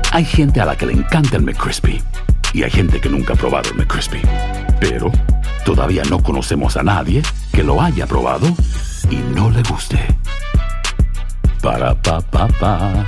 Hay gente a la que le encanta el McCrispy y hay gente que nunca ha probado el McCrispy. Pero todavía no conocemos a nadie que lo haya probado y no le guste. Para pa pa pa.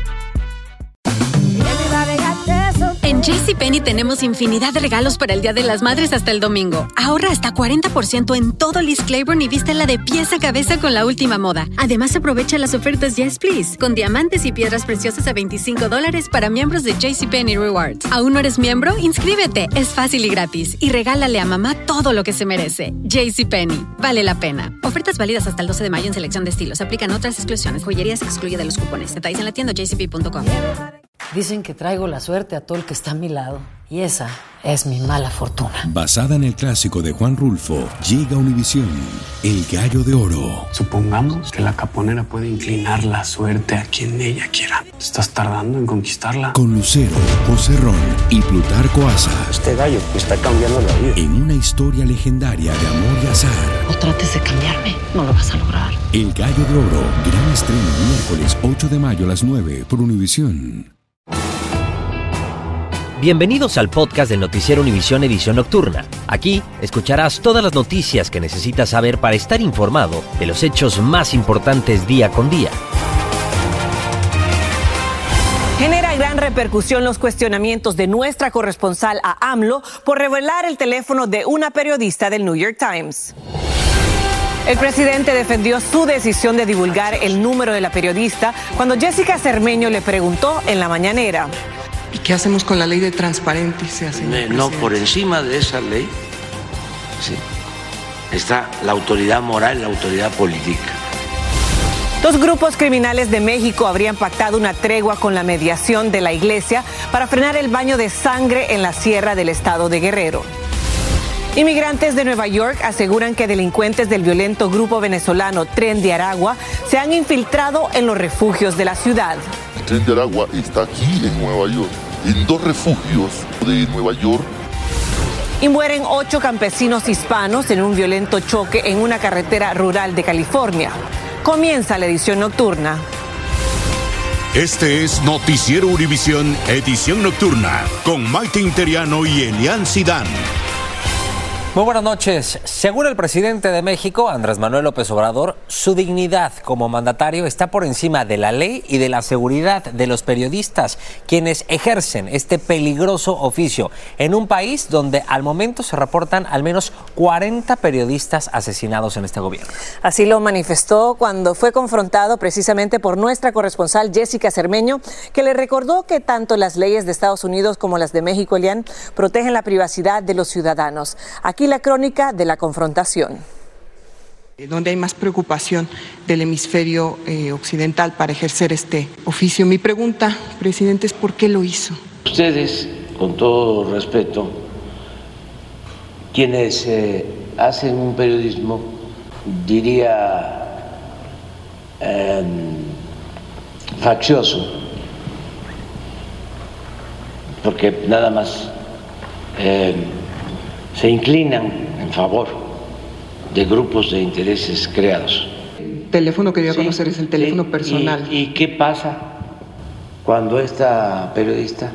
En JCPenney tenemos infinidad de regalos para el Día de las Madres hasta el domingo. Ahorra hasta 40% en todo Liz Claiborne y vístela de pies a cabeza con la última moda. Además, aprovecha las ofertas Yes Please, con diamantes y piedras preciosas a $25 para miembros de JCPenney Rewards. ¿Aún no eres miembro? Inscríbete. Es fácil y gratis. Y regálale a mamá todo lo que se merece. JCPenney. Vale la pena. Ofertas válidas hasta el 12 de mayo en selección de estilos. Aplican otras exclusiones. Joyería se excluye de los cupones. Detalles en la tienda jcp.com. Dicen que traigo la suerte a todo el que está a mi lado. Y esa es mi mala fortuna. Basada en el clásico de Juan Rulfo, llega Univisión, El Gallo de Oro. Supongamos que la caponera puede inclinar la suerte a quien ella quiera. ¿Estás tardando en conquistarla? Con Lucero, José Ron y Plutarco Asa. Este gallo está cambiando la vida. En una historia legendaria de amor y azar. No trates de cambiarme, no lo vas a lograr. El Gallo de Oro, gran estreno miércoles 8 de mayo a las 9 por Univisión. Bienvenidos al podcast del noticiero Univisión Edición Nocturna. Aquí escucharás todas las noticias que necesitas saber para estar informado de los hechos más importantes día con día. Genera gran repercusión los cuestionamientos de nuestra corresponsal a AMLO por revelar el teléfono de una periodista del New York Times. El presidente defendió su decisión de divulgar el número de la periodista cuando Jessica Cermeño le preguntó en la mañanera. ¿Y qué hacemos con la ley de transparencia, señor presidente? No, por encima de esa ley sí, está la autoridad moral y la autoridad política. Dos grupos criminales de México habrían pactado una tregua con la mediación de la iglesia para frenar el baño de sangre en la sierra del estado de Guerrero. Inmigrantes de Nueva York aseguran que delincuentes del violento grupo venezolano Tren de Aragua se han infiltrado en los refugios de la ciudad. El Tren de Aragua está aquí en Nueva York, en dos refugios de Nueva York. Y mueren 8 campesinos hispanos en un violento choque en una carretera rural de California. Comienza la edición nocturna. Este es Noticiero Univisión, edición nocturna, con Maite Interiano y Elian Sidán. Muy buenas noches. Según el presidente de México, Andrés Manuel López Obrador, su dignidad como mandatario está por encima de la ley y de la seguridad de los periodistas, quienes ejercen este peligroso oficio en un país donde al momento se reportan al menos 40 periodistas asesinados en este gobierno. Así lo manifestó cuando fue confrontado precisamente por nuestra corresponsal Jessica Cermeño, que le recordó que tanto las leyes de Estados Unidos como las de México, Elian, protegen la privacidad de los ciudadanos. Aquí la crónica de la confrontación. Donde hay más preocupación del hemisferio occidental para ejercer este oficio. Mi pregunta, presidente, es ¿por qué lo hizo? Ustedes, con todo respeto, quienes hacen un periodismo, diría, faccioso, porque nada más se inclinan en favor de grupos de intereses creados. El teléfono que dio a conocer es el teléfono personal. ¿Y qué pasa cuando esta periodista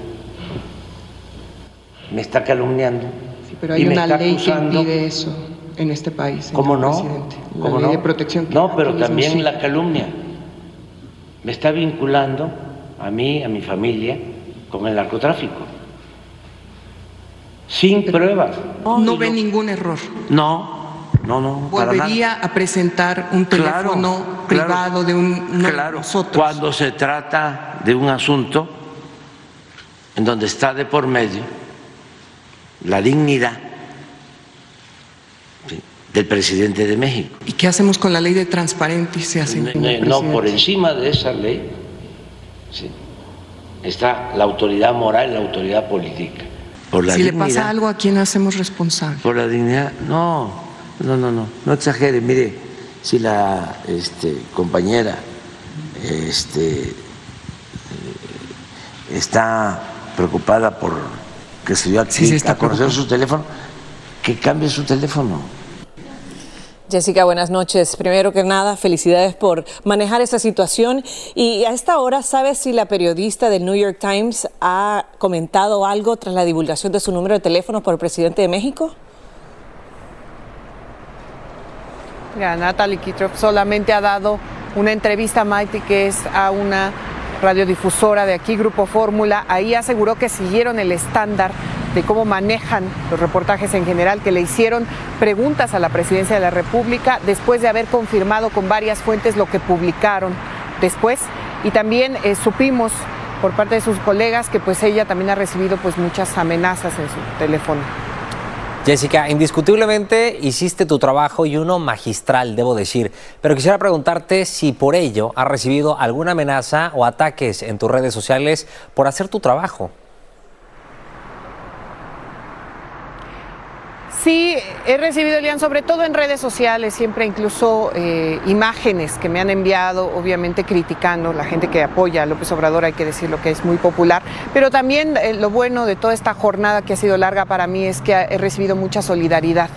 me está calumniando? Sí, pero hay una ley que impide eso en este país. ¿Cómo no? Presidente. La ¿Cómo ley no? de protección. No, pero también la calumnia. Me está vinculando a mí, a mi familia, con el narcotráfico. Sin pruebas. No ve ningún error. No. ¿Volvería a presentar un teléfono privado de uno de nosotros? Cuando se trata de un asunto en donde está de por medio la dignidad del presidente de México. ¿Y qué hacemos con la ley de transparencia, señor presidente? No, por encima de esa ley está la autoridad moral y la autoridad política. Por la dignidad. Le pasa algo, ¿a quién hacemos responsable? Por la dignidad, no exagere. Mire, si la compañera está preocupada por que se dio a conocer su teléfono, que cambie su teléfono. Jessica, buenas noches. Primero que nada, felicidades por manejar esta situación. Y a esta hora, ¿sabes si la periodista del New York Times ha comentado algo tras la divulgación de su número de teléfono por el presidente de México? Mira, Natalie Kitroff solamente ha dado una entrevista a Maite, que es a una radiodifusora de aquí, Grupo Fórmula. Ahí aseguró que siguieron el estándar de cómo manejan los reportajes en general, que le hicieron preguntas a la presidencia de la República después de haber confirmado con varias fuentes lo que publicaron después. Y también supimos por parte de sus colegas que pues ella también ha recibido pues muchas amenazas en su teléfono. Jessica, indiscutiblemente hiciste tu trabajo y uno magistral, debo decir, pero quisiera preguntarte si por ello has recibido alguna amenaza o ataques en tus redes sociales por hacer tu trabajo. Sí, he recibido, Elian, sobre todo en redes sociales, siempre incluso imágenes que me han enviado, obviamente criticando, la gente que apoya a López Obrador, hay que decirlo que es muy popular, pero también lo bueno de toda esta jornada que ha sido larga para mí es que he recibido mucha solidaridad,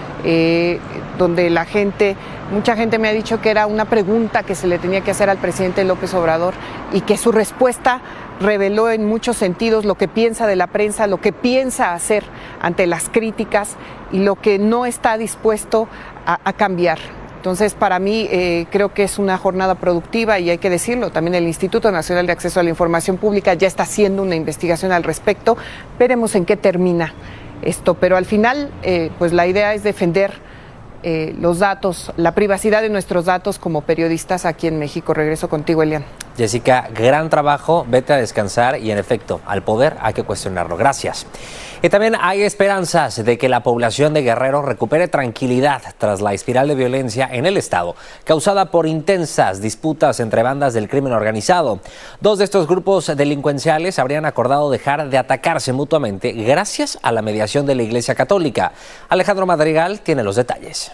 donde mucha gente me ha dicho que era una pregunta que se le tenía que hacer al presidente López Obrador y que su respuesta reveló en muchos sentidos lo que piensa de la prensa, lo que piensa hacer ante las críticas y lo que no está dispuesto a cambiar. Entonces, para mí, creo que es una jornada productiva y hay que decirlo. También el Instituto Nacional de Acceso a la Información Pública ya está haciendo una investigación al respecto. Veremos en qué termina esto, pero al final, pues la idea es defender los datos, la privacidad de nuestros datos como periodistas aquí en México. Regreso contigo, Elian. Jessica, gran trabajo, vete a descansar y en efecto, al poder hay que cuestionarlo. Gracias. Y también hay esperanzas de que la población de Guerrero recupere tranquilidad tras la espiral de violencia en el estado, causada por intensas disputas entre bandas del crimen organizado. Dos de estos grupos delincuenciales habrían acordado dejar de atacarse mutuamente gracias a la mediación de la Iglesia Católica. Alejandro Madrigal tiene los detalles.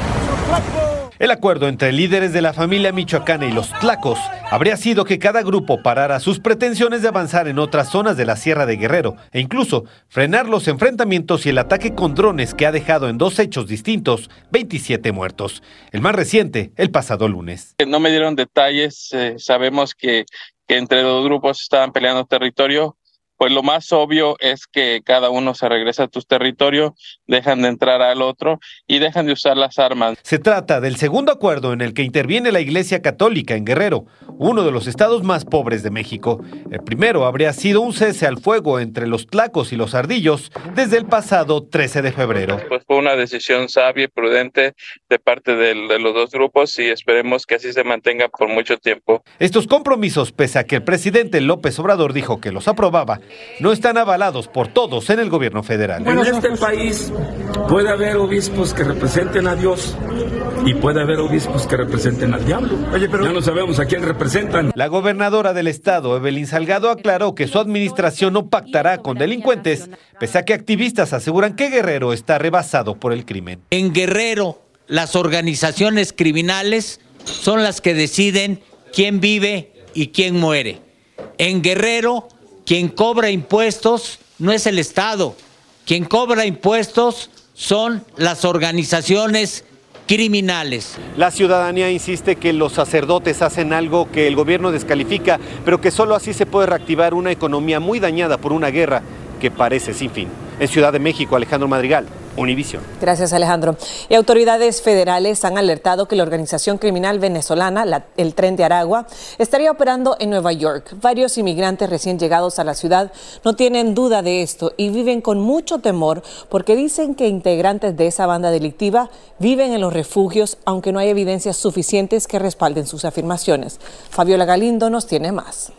El acuerdo entre líderes de la familia michoacana y los tlacos habría sido que cada grupo parara sus pretensiones de avanzar en otras zonas de la Sierra de Guerrero e incluso frenar los enfrentamientos y el ataque con drones que ha dejado en dos hechos distintos 27 muertos. El más reciente, el pasado lunes. No me dieron detalles, sabemos que entre los grupos estaban peleando territorio. Pues lo más obvio es que cada uno se regresa a tu territorio, dejan de entrar al otro y dejan de usar las armas. Se trata del segundo acuerdo en el que interviene la Iglesia Católica en Guerrero, uno de los estados más pobres de México. El primero habría sido un cese al fuego entre los tlacos y los ardillos desde el pasado 13 de febrero. Pues fue una decisión sabia y prudente de parte de los dos grupos y esperemos que así se mantenga por mucho tiempo. Estos compromisos, pese a que el presidente López Obrador dijo que los aprobaba, no están avalados por todos en el gobierno federal. En este país puede haber obispos que representen a Dios y puede haber obispos que representen al diablo. Ya no sabemos a quién representan. La gobernadora del estado, Evelyn Salgado, aclaró que su administración no pactará con delincuentes, pese a que activistas aseguran que Guerrero está rebasado por el crimen. En Guerrero, las organizaciones criminales son las que deciden quién vive y quién muere. En Guerrero, quien cobra impuestos no es el Estado, quien cobra impuestos son las organizaciones criminales. La ciudadanía insiste que los sacerdotes hacen algo que el gobierno descalifica, pero que solo así se puede reactivar una economía muy dañada por una guerra que parece sin fin. En Ciudad de México, Alejandro Madrigal, Univisión. Gracias, Alejandro. Y autoridades federales han alertado que la organización criminal venezolana, el Tren de Aragua, estaría operando en Nueva York. Varios inmigrantes recién llegados a la ciudad no tienen duda de esto y viven con mucho temor porque dicen que integrantes de esa banda delictiva viven en los refugios, aunque no hay evidencias suficientes que respalden sus afirmaciones. Fabiola Galindo nos tiene más.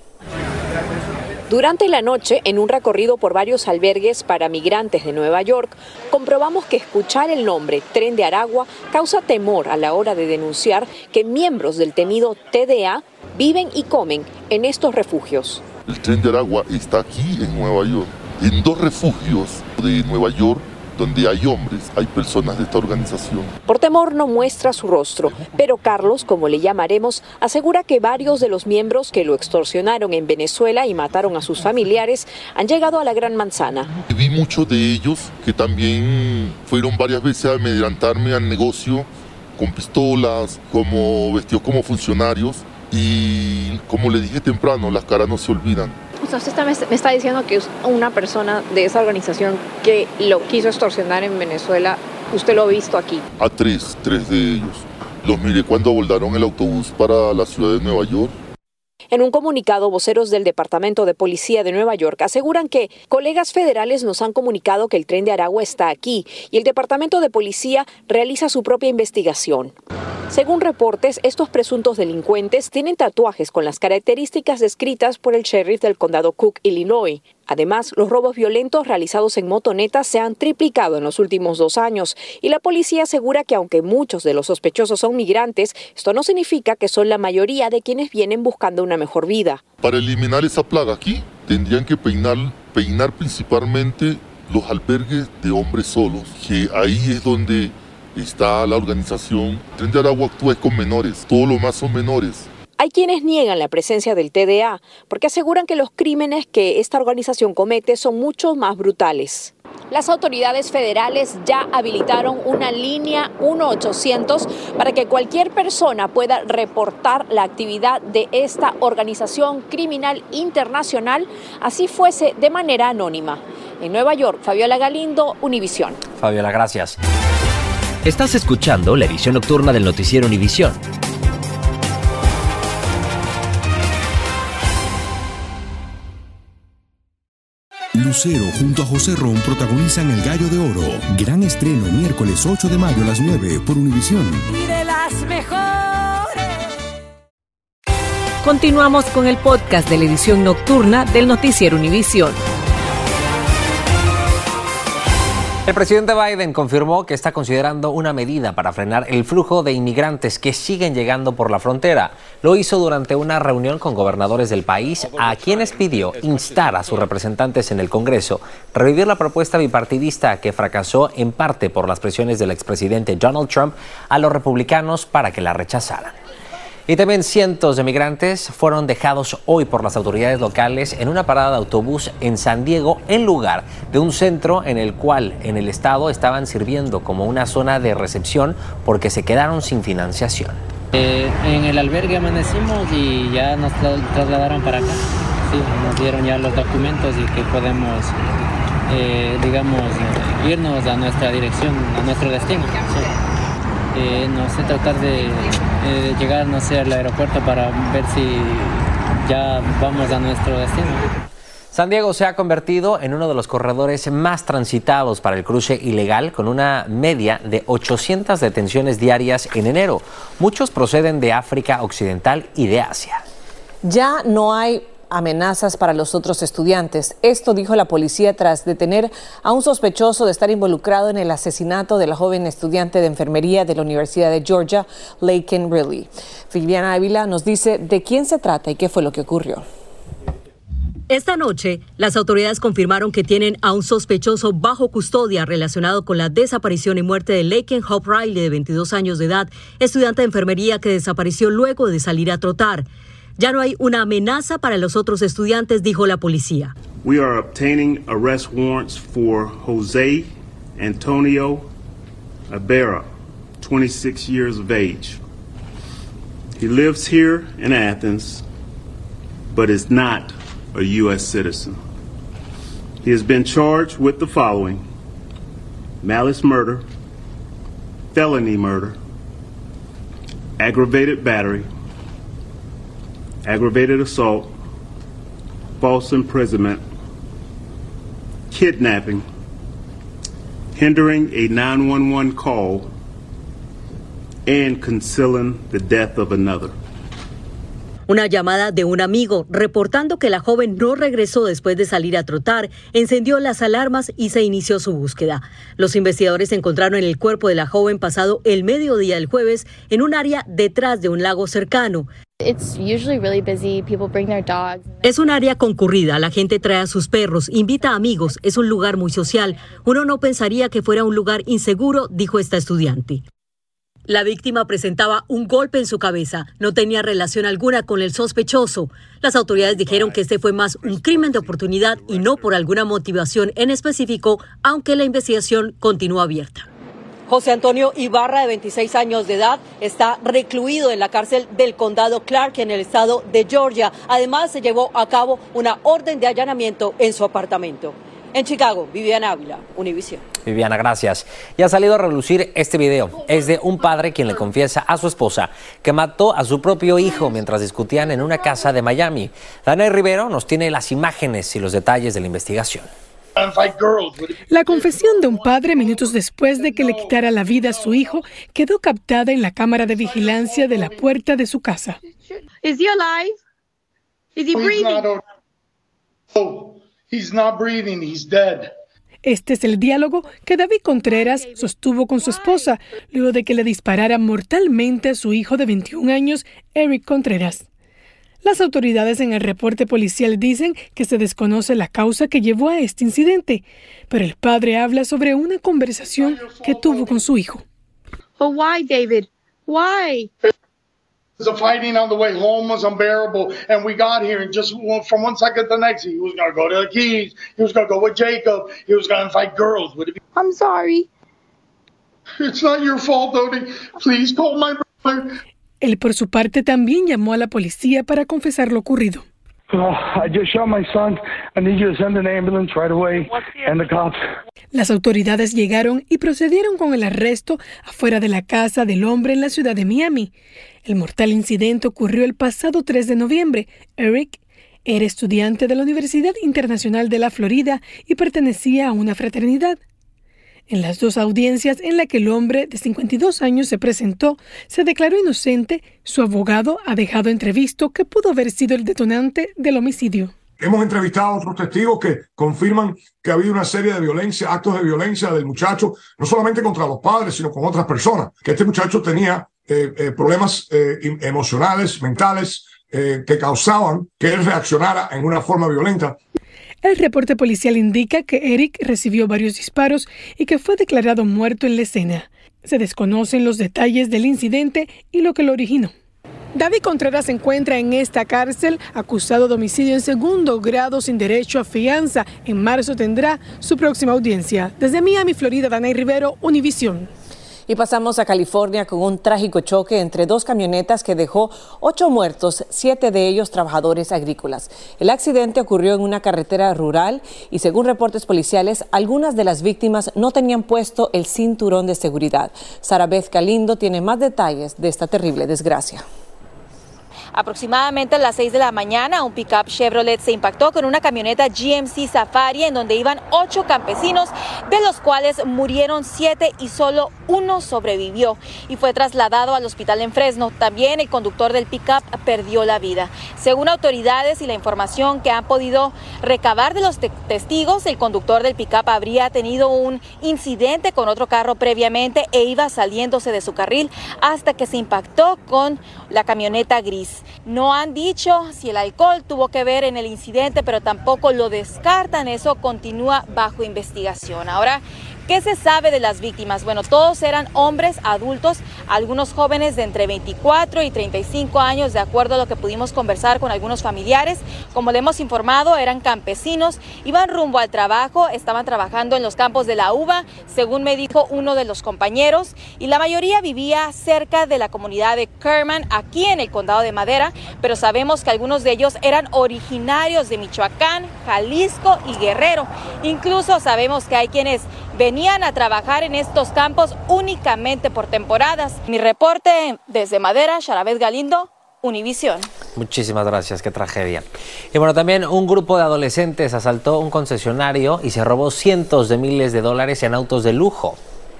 Durante la noche, en un recorrido por varios albergues para migrantes de Nueva York, comprobamos que escuchar el nombre Tren de Aragua causa temor a la hora de denunciar que miembros del temido TDA viven y comen en estos refugios. El Tren de Aragua está aquí en Nueva York, en dos refugios de Nueva York, donde hay hombres, hay personas de esta organización. Por temor no muestra su rostro, pero Carlos, como le llamaremos, asegura que varios de los miembros que lo extorsionaron en Venezuela y mataron a sus familiares han llegado a la Gran Manzana. Vi muchos de ellos que también fueron varias veces a amedrentarme al negocio con pistolas, como vestidos como funcionarios y como le dije temprano, las caras no se olvidan. O sea, usted me está diciendo que una persona de esa organización que lo quiso extorsionar en Venezuela, usted lo ha visto aquí. A tres de ellos. Los miré cuando abordaron el autobús para la ciudad de Nueva York. En un comunicado, voceros del Departamento de Policía de Nueva York aseguran que colegas federales nos han comunicado que el Tren de Aragua está aquí y el Departamento de Policía realiza su propia investigación. Según reportes, estos presuntos delincuentes tienen tatuajes con las características descritas por el sheriff del condado Cook, Illinois. Además, los robos violentos realizados en motonetas se han triplicado en los últimos 2 años y la policía asegura que aunque muchos de los sospechosos son migrantes, esto no significa que son la mayoría de quienes vienen buscando una mejor vida. Para eliminar esa plaga aquí, tendrían que peinar principalmente los albergues de hombres solos, que ahí es donde está la organización. Tren de Aragua actúa con menores, todo lo más son menores. Hay quienes niegan la presencia del TDA porque aseguran que los crímenes que esta organización comete son mucho más brutales. Las autoridades federales ya habilitaron una línea 1-800 para que cualquier persona pueda reportar la actividad de esta organización criminal internacional, así fuese de manera anónima. En Nueva York, Fabiola Galindo, Univisión. Fabiola, gracias. Estás escuchando la edición nocturna del noticiero Univisión. Lucero junto a José Ron protagonizan El Gallo de Oro. Gran estreno miércoles 8 de mayo a las 9 por Univisión. Y de las mejores. Continuamos con el podcast de la edición nocturna del noticiero Univisión. El presidente Biden confirmó que está considerando una medida para frenar el flujo de inmigrantes que siguen llegando por la frontera. Lo hizo durante una reunión con gobernadores del país, a quienes pidió instar a sus representantes en el Congreso revivir la propuesta bipartidista que fracasó en parte por las presiones del expresidente Donald Trump a los republicanos para que la rechazaran. Y también cientos de migrantes fueron dejados hoy por las autoridades locales en una parada de autobús en San Diego, en lugar de un centro en el cual en el estado estaban sirviendo como una zona de recepción porque se quedaron sin financiación. En el albergue amanecimos y ya nos trasladaron para acá. Sí, nos dieron ya los documentos y que podemos, irnos a nuestra dirección, a nuestro destino. Sí. No sé, tratar de llegar, no sé, al aeropuerto para ver si ya vamos a nuestro destino. San Diego se ha convertido en uno de los corredores más transitados para el cruce ilegal, con una media de 800 detenciones diarias en enero. Muchos proceden de África Occidental y de Asia. Ya no hay amenazas para los otros estudiantes. Esto dijo la policía tras detener a un sospechoso de estar involucrado en el asesinato de la joven estudiante de enfermería de la Universidad de Georgia, Laken Riley. Viviana Ávila nos dice de quién se trata y qué fue lo que ocurrió. Esta noche, las autoridades confirmaron que tienen a un sospechoso bajo custodia relacionado con la desaparición y muerte de Laken Hope Riley, de 22 años de edad, estudiante de enfermería que desapareció luego de salir a trotar. Ya no hay una amenaza para los otros estudiantes, dijo la policía. We are obtaining arrest warrants for Jose Antonio Abera, 26 years of age. He lives here in Athens, but is not a U.S. citizen. He has been charged with the following: malice murder, felony murder, aggravated battery, aggravated assault, false imprisonment, kidnapping, hindering a 911 call, and concealing the death of another. Una llamada de un amigo reportando que la joven no regresó después de salir a trotar encendió las alarmas y se inició su búsqueda. Los investigadores encontraron el cuerpo de la joven pasado el mediodía del jueves en un área detrás de un lago cercano. Es un área concurrida, la gente trae a sus perros, invita a amigos, es un lugar muy social. Uno no pensaría que fuera un lugar inseguro, dijo esta estudiante. La víctima presentaba un golpe en su cabeza, no tenía relación alguna con el sospechoso. Las autoridades dijeron que este fue más un crimen de oportunidad y no por alguna motivación en específico, aunque la investigación continúa abierta. José Antonio Ibarra, de 26 años de edad, está recluido en la cárcel del condado Clark, en el estado de Georgia. Además, se llevó a cabo una orden de allanamiento en su apartamento. En Chicago, Viviana Ávila, Univisión. Viviana, gracias. Ya ha salido a relucir este video. Es de un padre quien le confiesa a su esposa que mató a su propio hijo mientras discutían en una casa de Miami. Dana Rivero nos tiene las imágenes y los detalles de la investigación. La confesión de un padre minutos después de que le quitara la vida a su hijo quedó captada en la cámara de vigilancia de la puerta de su casa. Is he alive? Is he breathing? He's not breathing, he's dead. Este es el diálogo que David Contreras sostuvo con su esposa luego de que le disparara mortalmente a su hijo de 21 años, Eric Contreras. Las autoridades en el reporte policial dicen que se desconoce la causa que llevó a este incidente, pero el padre habla sobre una conversación que tuvo con su hijo. But why, David? Why? The fighting on the way home was unbearable, and we got here, and just from one second to the next, he was going to go to the Keys, he was going to go with Jacob, he was going to fight girls. I'm sorry. It's not your fault, Dodie. Please call my brother. Él, por su parte, también llamó a la policía para confesar lo ocurrido. I just shot my son. I need you to send an ambulance right away and the cops. Las autoridades llegaron y procedieron con el arresto afuera de la casa del hombre en la ciudad de Miami. El mortal incidente ocurrió el pasado 3 de noviembre. Eric era estudiante de la Universidad Internacional de la Florida y pertenecía a una fraternidad. En las dos audiencias en las que el hombre de 52 años se presentó, se declaró inocente. Su abogado ha dejado entrevisto que pudo haber sido el detonante del homicidio. Hemos entrevistado a otros testigos que confirman que ha habido una serie de violencia, actos de violencia del muchacho, no solamente contra los padres, sino con otras personas. Que este muchacho tenía problemas emocionales, mentales, que causaban que él reaccionara en una forma violenta. El reporte policial indica que Eric recibió varios disparos y que fue declarado muerto en la escena. Se desconocen los detalles del incidente y lo que lo originó. David Contreras se encuentra en esta cárcel acusado de homicidio en segundo grado sin derecho a fianza. En marzo tendrá su próxima audiencia. Desde Miami, Florida, Danay Rivero, Univisión. Y pasamos a California con un trágico choque entre dos camionetas que dejó 8 muertos, 7 de ellos trabajadores agrícolas. El accidente ocurrió en una carretera rural y, según reportes policiales, algunas de las víctimas no tenían puesto el cinturón de seguridad. Sarabeth Galindo tiene más detalles de esta terrible desgracia. Aproximadamente a las 6 de la mañana, un pick-up Chevrolet se impactó con una camioneta GMC Safari en donde iban 8 campesinos, de los cuales murieron 7 y solo uno sobrevivió y fue trasladado al hospital en Fresno. También el conductor del pick-up perdió la vida. Según autoridades y la información que han podido recabar de los testigos, el conductor del pick-up habría tenido un incidente con otro carro previamente e iba saliéndose de su carril hasta que se impactó con la camioneta gris. No han dicho si el alcohol tuvo que ver en el incidente, pero tampoco lo descartan. Eso continúa bajo investigación. Ahora, ¿qué se sabe de las víctimas? Bueno, todos eran hombres adultos, algunos jóvenes de entre 24 y 35 años, de acuerdo a lo que pudimos conversar con algunos familiares. Como le hemos informado, eran campesinos, iban rumbo al trabajo, estaban trabajando en los campos de la uva, según me dijo uno de los compañeros, y la mayoría vivía cerca de la comunidad de Kerman, aquí en el condado de Madera, pero sabemos que algunos de ellos eran originarios de Michoacán, Jalisco y Guerrero. Incluso sabemos que hay quienes venían a trabajar en estos campos únicamente por temporadas. Mi reporte desde Madera, Sarabeth Galindo, Univisión. Muchísimas gracias, qué tragedia. Y bueno, también un grupo de adolescentes asaltó un concesionario y se robó cientos de miles de dólares en autos de lujo.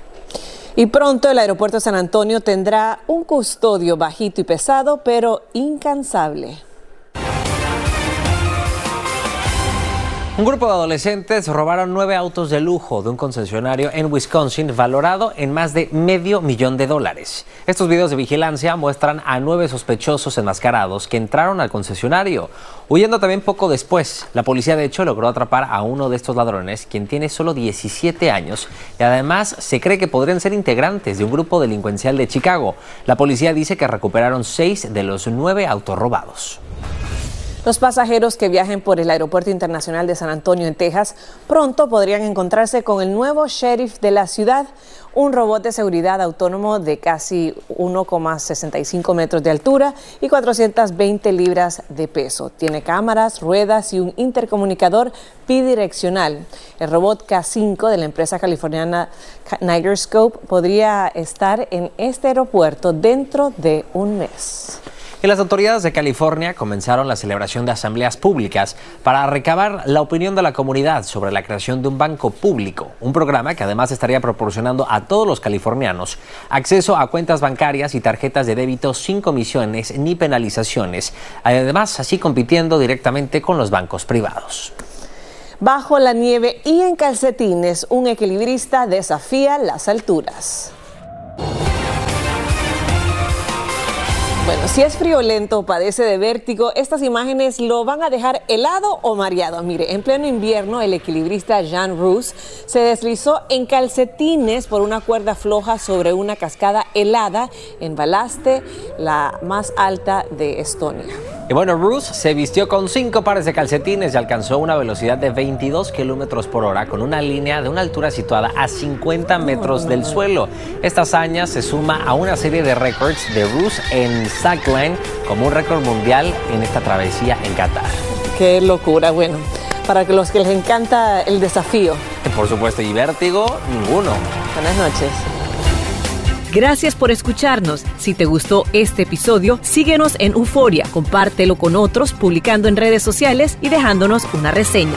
Y pronto el aeropuerto de San Antonio tendrá un custodio bajito y pesado, pero incansable. Un grupo de adolescentes robaron 9 autos de lujo de un concesionario en Wisconsin valorado en más de $500,000. Estos videos de vigilancia muestran a 9 sospechosos enmascarados que entraron al concesionario, huyendo también poco después. La policía, de hecho, logró atrapar a uno de estos ladrones, quien tiene solo 17 años y además se cree que podrían ser integrantes de un grupo delincuencial de Chicago. La policía dice que recuperaron 6 de los 9 autos robados. Los pasajeros que viajen por el Aeropuerto Internacional de San Antonio en Texas pronto podrían encontrarse con el nuevo sheriff de la ciudad, un robot de seguridad autónomo de casi 1,65 metros de altura y 420 libras de peso. Tiene cámaras, ruedas y un intercomunicador bidireccional. El robot K5 de la empresa californiana Nightscope podría estar en este aeropuerto dentro de un mes. Y las autoridades de California comenzaron la celebración de asambleas públicas para recabar la opinión de la comunidad sobre la creación de un banco público, un programa que además estaría proporcionando a todos los californianos acceso a cuentas bancarias y tarjetas de débito sin comisiones ni penalizaciones, además así compitiendo directamente con los bancos privados. Bajo la nieve y en calcetines, un equilibrista desafía las alturas. Bueno, si es friolento o padece de vértigo, estas imágenes lo van a dejar helado o mareado. Mire, en pleno invierno, el equilibrista Jan Roos se deslizó en calcetines por una cuerda floja sobre una cascada helada en Valaste, la más alta de Estonia. Y bueno, Roos se vistió con 5 pares de calcetines y alcanzó una velocidad de 22 kilómetros por hora con una línea de una altura situada a 50 metros del suelo. Esta hazaña se suma a una serie de récords de Roos en Slackline como un récord mundial en esta travesía en Qatar. ¡Qué locura! Bueno, para los que les encanta el desafío. Por supuesto, y vértigo, ninguno. Buenas noches. Gracias por escucharnos. Si te gustó este episodio, síguenos en Euforia, compártelo con otros, publicando en redes sociales y dejándonos una reseña.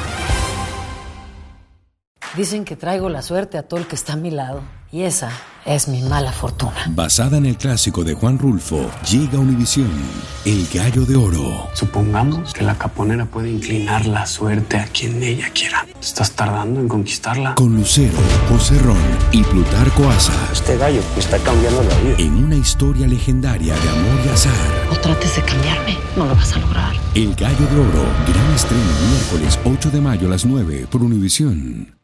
Dicen que traigo la suerte a todo el que está a mi lado, y esa es mi mala fortuna. Basada en el clásico de Juan Rulfo, llega Univisión, El Gallo de Oro. Supongamos que la caponera puede inclinar la suerte a quien ella quiera. ¿Estás tardando en conquistarla? Con Lucero, José Ron y Plutarco Asa. Este gallo me está cambiando la vida. En una historia legendaria de amor y azar. No trates de cambiarme, no lo vas a lograr. El Gallo de Oro, gran estreno miércoles 8 de mayo a las 9 por Univisión.